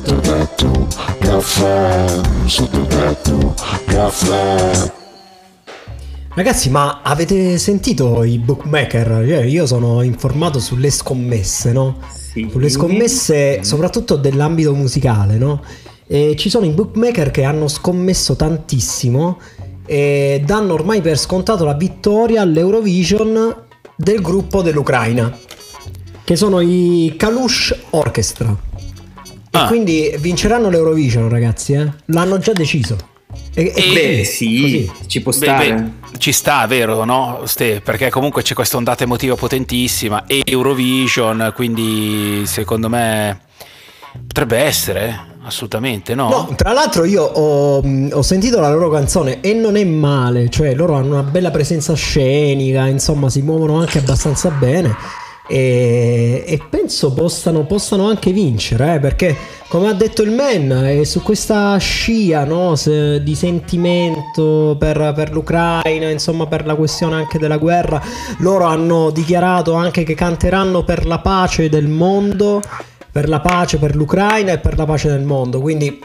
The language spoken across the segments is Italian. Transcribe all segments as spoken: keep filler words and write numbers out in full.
Sottotetto caffè, sottotetto caffè. Ragazzi, ma avete sentito i bookmaker? Io sono informato sulle scommesse, no? Sì. Sulle scommesse soprattutto dell'ambito musicale, no? E ci sono i bookmaker che hanno scommesso tantissimo e danno ormai per scontato la vittoria all'Eurovision del gruppo dell'Ucraina, che sono i Kalush Orchestra. E Ah. quindi vinceranno l'Eurovision, ragazzi, eh? L'hanno già deciso. E, e Beh, quindi, sì, così. ci può Beh, stare. beh, ci sta, vero, no? Ste, perché comunque c'è questa ondata emotiva potentissima e Eurovision, quindi secondo me potrebbe essere, assolutamente, no? No, tra l'altro io ho, ho sentito la loro canzone e non è male, cioè loro hanno una bella presenza scenica, insomma si muovono anche abbastanza bene e, e penso possano, possano anche vincere, eh, perché come ha detto il Man è su questa scia, no, se, di sentimento per, per l'Ucraina, insomma per la questione anche della guerra. Loro hanno dichiarato anche che canteranno per la pace del mondo, per la pace, per l'Ucraina e per la pace del mondo, quindi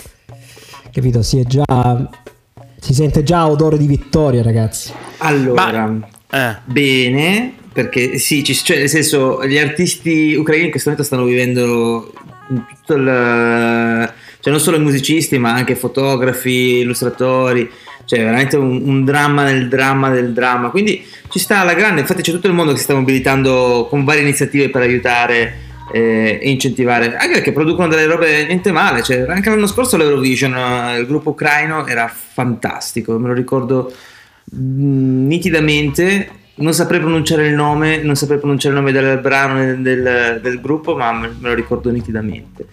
capito, si è già, si sente già odore di vittoria, ragazzi. Allora, Ma- eh. bene, perché sì, ci- cioè, nel senso, gli artisti ucraini in questo momento stanno vivendo tutto il, cioè non solo i musicisti, ma anche fotografi, illustratori, cioè veramente un, un dramma nel dramma del dramma. Quindi ci sta alla grande, infatti c'è tutto il mondo che si sta mobilitando con varie iniziative per aiutare eh, e incentivare, anche perché producono delle robe niente male, cioè anche l'anno scorso l'Eurovision, eh, il gruppo ucraino era fantastico, me lo ricordo mh, nitidamente. Non saprei pronunciare il nome, non saprei pronunciare il nome del brano del, del, del gruppo, ma me, me lo ricordo nitidamente.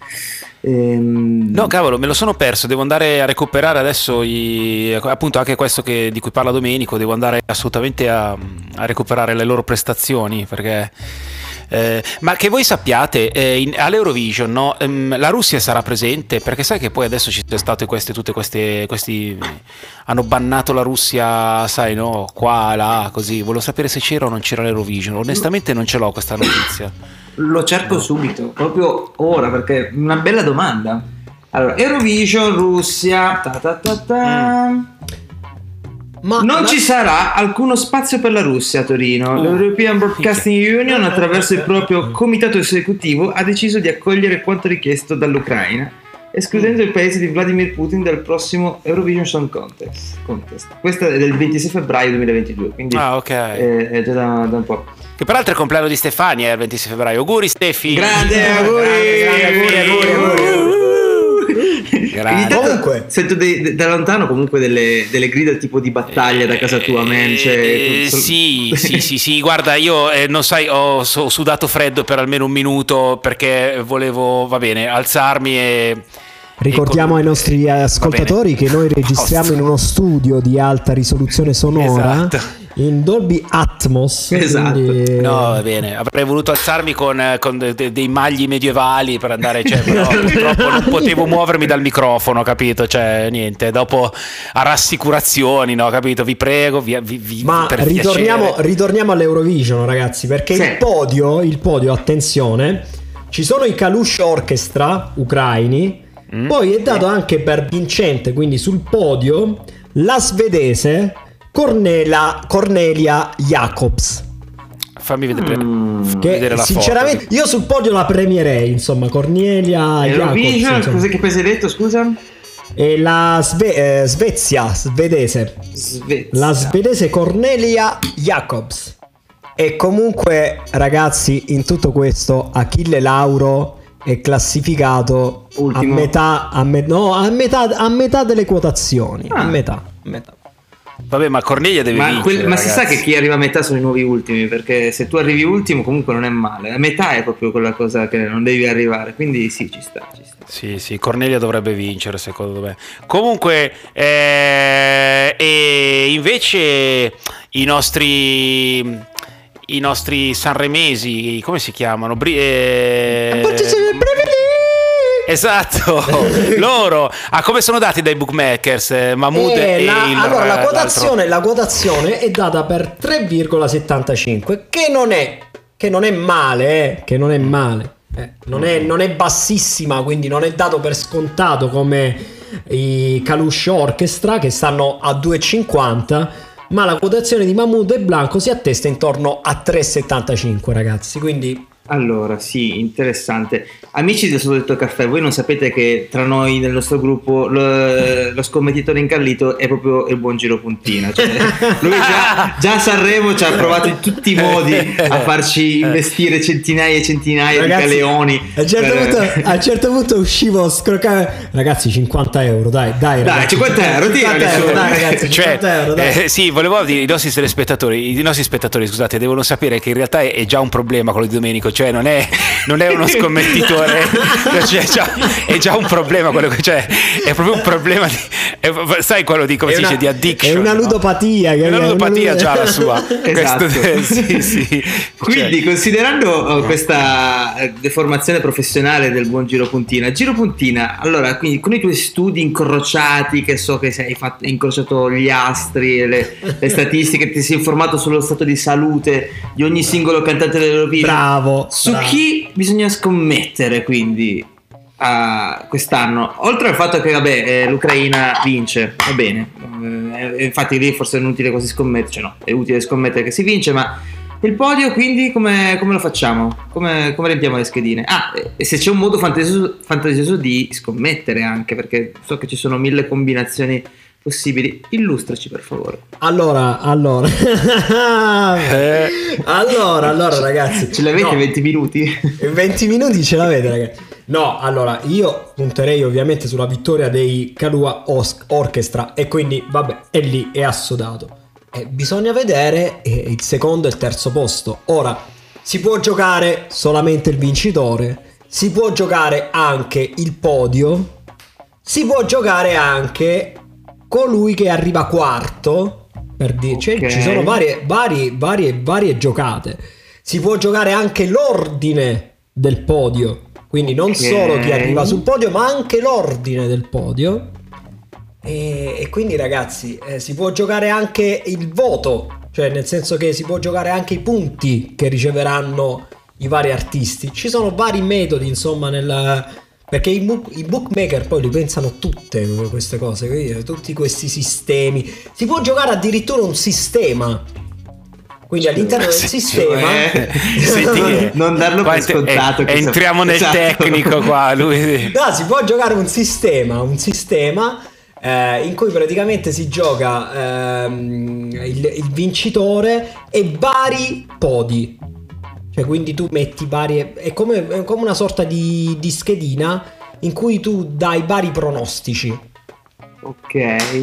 Ehm, No, cavolo, me lo sono perso, devo andare a recuperare adesso i, appunto anche questo che, di cui parla Domenico, devo andare assolutamente a, a recuperare le loro prestazioni, perché eh, ma che voi sappiate, eh, in, all'Eurovision, no, ehm, la Russia sarà presente, perché sai che poi adesso ci sono state queste, tutte queste, questi, hanno bannato la Russia, sai, no, qua, là, così, volevo sapere se c'era o non c'era l'Eurovision, onestamente non ce l'ho questa notizia. Lo cerco subito, proprio ora, perché è una bella domanda. Allora, Eurovision, Russia, ta ta ta ta. Mm. Ma, Non ma- ci sarà alcuno spazio per la Russia a Torino. Oh. L'European Broadcasting Union, attraverso il proprio comitato esecutivo, ha deciso di accogliere quanto richiesto dall'Ucraina, escludendo il paese di Vladimir Putin dal prossimo Eurovision Song Contest. Contest. Questa è del ventisei febbraio duemilaventidue, quindi Ah, ok. è, è già da, da un po'. Che peraltro è il compleanno di Stefania, è il ventisei febbraio. Auguri Stefi! Grande auguri, Grande, auguri, auguri, auguri. Grande. Intanto Comunque- sento de- de- da lontano comunque delle, delle grida tipo di battaglia da casa tua, man. Cioè, Eh, sol- sì, sì, sì, sì, guarda, io eh, non sai, ho so- sudato freddo per almeno un minuto perché volevo, va bene, alzarmi e... Ricordiamo e- ai nostri ascoltatori che noi registriamo in uno studio di alta risoluzione sonora, Esatto. in Dolby Atmos. Esatto. quindi- No, va bene, avrei voluto alzarmi con, eh, con de- de- dei magli medievali per andare, cioè, però purtroppo non potevo muovermi dal microfono, capito? Cioè, niente, dopo a rassicurazioni, no, capito? Vi prego, vi, vi, vi- Ma per ritorniamo, piacere. ritorniamo all'Eurovision, ragazzi, perché Sì. il podio, il podio, attenzione, ci sono i Kalush Orchestra ucraini, Mm. poi è dato anche per vincente, quindi sul podio, la svedese Cornelia, Cornelia Jacobs. Fammi vedere, fammi Che vedere la sinceramente foto. io sul podio la premierei, insomma, Cornelia Eurovision, Jacobs, cos'è insomma. che paese hai detto, scusa? E la Sve- eh, Svezia, svedese. Svezia. La svedese Cornelia Jacobs. E comunque, ragazzi, in tutto questo Achille Lauro è classificato a Ultimo. metà, a, me- no, a metà, a metà delle quotazioni. Ah. A metà, a metà. Vabbè, ma Cornelia deve Ma, vincere, quel- ma si sa ragazzi. che chi arriva a metà sono i nuovi ultimi, perché se tu arrivi ultimo comunque non è male. A metà è proprio quella cosa che non devi arrivare, quindi sì, ci sta, ci sta. Sì, sì, Cornelia dovrebbe vincere secondo me. Comunque, eh, e invece i nostri, i nostri sanremesi, come si chiamano? Bri- eh, Esatto, loro. Ah, come sono dati dai bookmakers? eh, Mahmood Eh, e la, il, allora, la l'altro. quotazione, la quotazione è data per tre virgola settantacinque, che non è, che non è male, eh, che non è male. Eh, non, è, non è bassissima, quindi non è dato per scontato come i Kalush Orchestra che stanno a due e cinquanta, ma la quotazione di Mahmood e Blanco si attesta intorno a tre e settantacinque, ragazzi, quindi... Allora, sì, interessante. Amici del Sottodetto Caffè, voi non sapete che tra noi nel nostro gruppo lo, lo scommettitore incallito è proprio il buon Giro Puntina. Cioè, lui già, già a Sanremo ci ha provato in tutti i modi a farci investire centinaia e centinaia, ragazzi, di galeoni. A un certo, per... punto, a un certo punto uscivo scroccare. Ragazzi, cinquanta euro, dai, dai, dai, ragazzi, cinquanta euro, cinquanta euro, dai, ragazzi, cioè, cinquanta euro, dai. Eh, sì, volevo dire, i nostri telespettatori, i nostri spettatori, scusate, devono sapere che in realtà è, è già un problema quello di Domenico. Cioè non è, non è uno scommettitore, cioè, già, è già un problema quello che c'è, è proprio un problema di, è, sai quello di come è si una, dice di addiction, è una ludopatia, no? È una ludopatia già la sua. Esatto. Questo, sì, sì. Quindi cioè. considerando questa deformazione professionale del buon Giro Puntina, Giro Puntina, allora quindi con i tuoi studi incrociati, che so che hai fatto, hai incrociato gli astri, le, le statistiche, ti sei informato sullo stato di salute di ogni singolo cantante dell'Eurovision. Bravo, su bravo. Chi bisogna scommettere quindi a quest'anno, oltre al fatto che vabbè eh, l'Ucraina vince, va bene, eh, infatti lì forse è inutile così scommettere, cioè no, è utile scommettere che si vince, ma il podio quindi come, come lo facciamo? Come, come riempiamo le schedine? Ah, e se c'è un modo fantasioso, fantasioso di scommettere anche, perché so che ci sono mille combinazioni possibili, illustraci per favore. Allora, allora, eh. allora, allora, ragazzi, ce l'avete no. venti minuti? venti minuti ce l'avete, ragazzi. No, allora, io punterei ovviamente sulla vittoria dei Kalua Orchestra e quindi, vabbè, è lì, è assodato. E bisogna vedere eh, il secondo e il terzo posto. Ora, si può giocare solamente il vincitore, si può giocare anche il podio, si può giocare anche colui che arriva quarto, per dire, cioè, okay. Ci sono varie, varie, varie, varie giocate. Si può giocare anche l'ordine del podio, quindi non okay. solo chi arriva sul podio, ma anche l'ordine del podio. E, e quindi, ragazzi, eh, si può giocare anche il voto, cioè nel senso che si può giocare anche i punti che riceveranno i vari artisti. Ci sono vari metodi, insomma, nel... perché i, book, i bookmaker poi li pensano tutte queste cose, quindi, tutti questi sistemi. Si può giocare addirittura un sistema, quindi all'interno del sistema eh, senti, non darlo per scontato, eh, entriamo nel esatto. tecnico qua lui. No, si può giocare un sistema un sistema eh, in cui praticamente si gioca ehm, il, il vincitore e vari podi. Cioè, quindi tu metti varie... È come, è come una sorta di, di schedina in cui tu dai vari pronostici. Ok.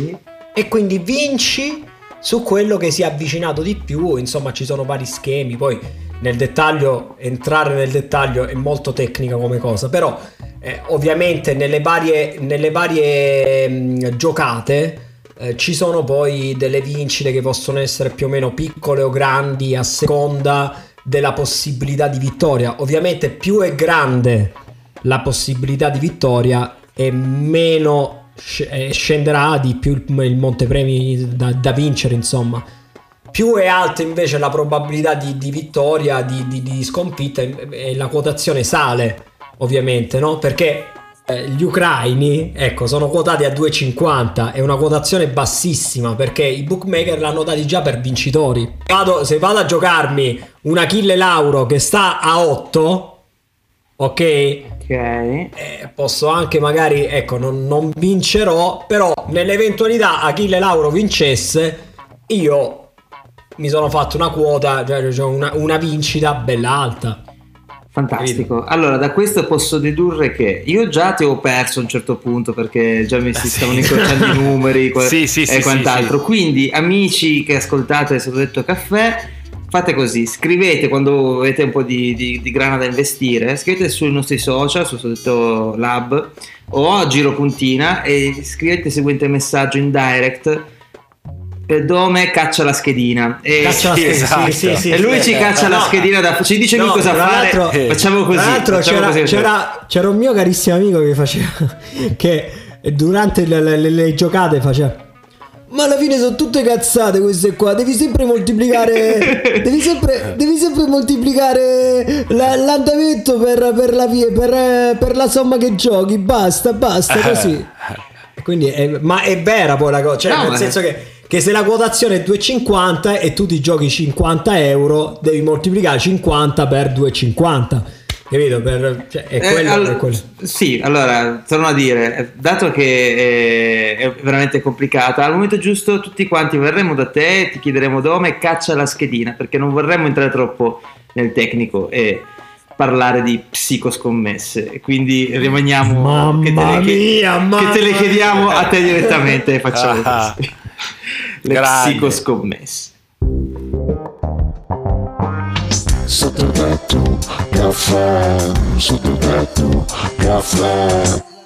E quindi vinci su quello che si è avvicinato di più. Insomma, ci sono vari schemi. Poi nel dettaglio, entrare nel dettaglio è molto tecnica come cosa. Però eh, ovviamente nelle varie, nelle varie mh, giocate... Eh, ci sono poi delle vincite che possono essere più o meno piccole o grandi a seconda della possibilità di vittoria. Ovviamente più è grande la possibilità di vittoria e meno scenderà di più il, il montepremi da, da vincere, insomma. Più è alta invece la probabilità di, di vittoria, di, di, di sconfitta, e la quotazione sale, ovviamente, no? Perché eh, gli ucraini, ecco, sono quotati a due e cinquanta, è una quotazione bassissima perché i bookmaker l'hanno dati già per vincitori. Vado, se vado a giocarmi un Achille Lauro che sta a otto, ok? Ok. Eh, posso anche magari, ecco, non, non vincerò, però nell'eventualità Achille Lauro vincesse, io mi sono fatto una quota, cioè una, una vincita bella alta. Fantastico. Allora, da questo posso dedurre che io già ti ho perso a un certo punto perché già mi si sì. stavano incrociando i numeri sì, sì, e sì, quant'altro. Sì, sì. Quindi, amici che ascoltate il Sottodetto Caffè, fate così: scrivete quando avete un po' di, di, di grana da investire, scrivete sui nostri social, sul Sottodetto Lab o a Giro Puntina e scrivete il seguente messaggio in direct: Dome caccia la schedina e, caccia la schedina, esatto. sì, sì, sì, e lui sì, ci caccia eh, la no, schedina da, ci dice no, lui cosa fare, eh, facciamo così, tra l'altro facciamo c'era, così c'era, c'era un mio carissimo amico che faceva che durante le, le, le giocate faceva: ma alla fine sono tutte cazzate queste qua, devi sempre moltiplicare devi sempre, devi sempre moltiplicare la, l'andamento per, per, la, per, per la somma che giochi, basta, basta, così. Quindi è, ma è vera poi la cosa, cioè no, nel senso che, che se la quotazione è due e cinquanta e tu ti giochi cinquanta euro, devi moltiplicare cinquanta per due e cinquanta. Capito? Per, cioè, è quello, eh, all- è quello. Sì, allora torno a dire, dato che è, è veramente complicata, al momento giusto tutti quanti verremo da te, ti chiederemo dove, caccia la schedina, perché non vorremmo entrare troppo nel tecnico e parlare di psicoscommesse, quindi rimaniamo mamma che te le, mia, che te le chiediamo a te direttamente e facciamo ah, così. Le grande. psicoscommesse. Sotto tetto, caffè, sotto tetto, caffè.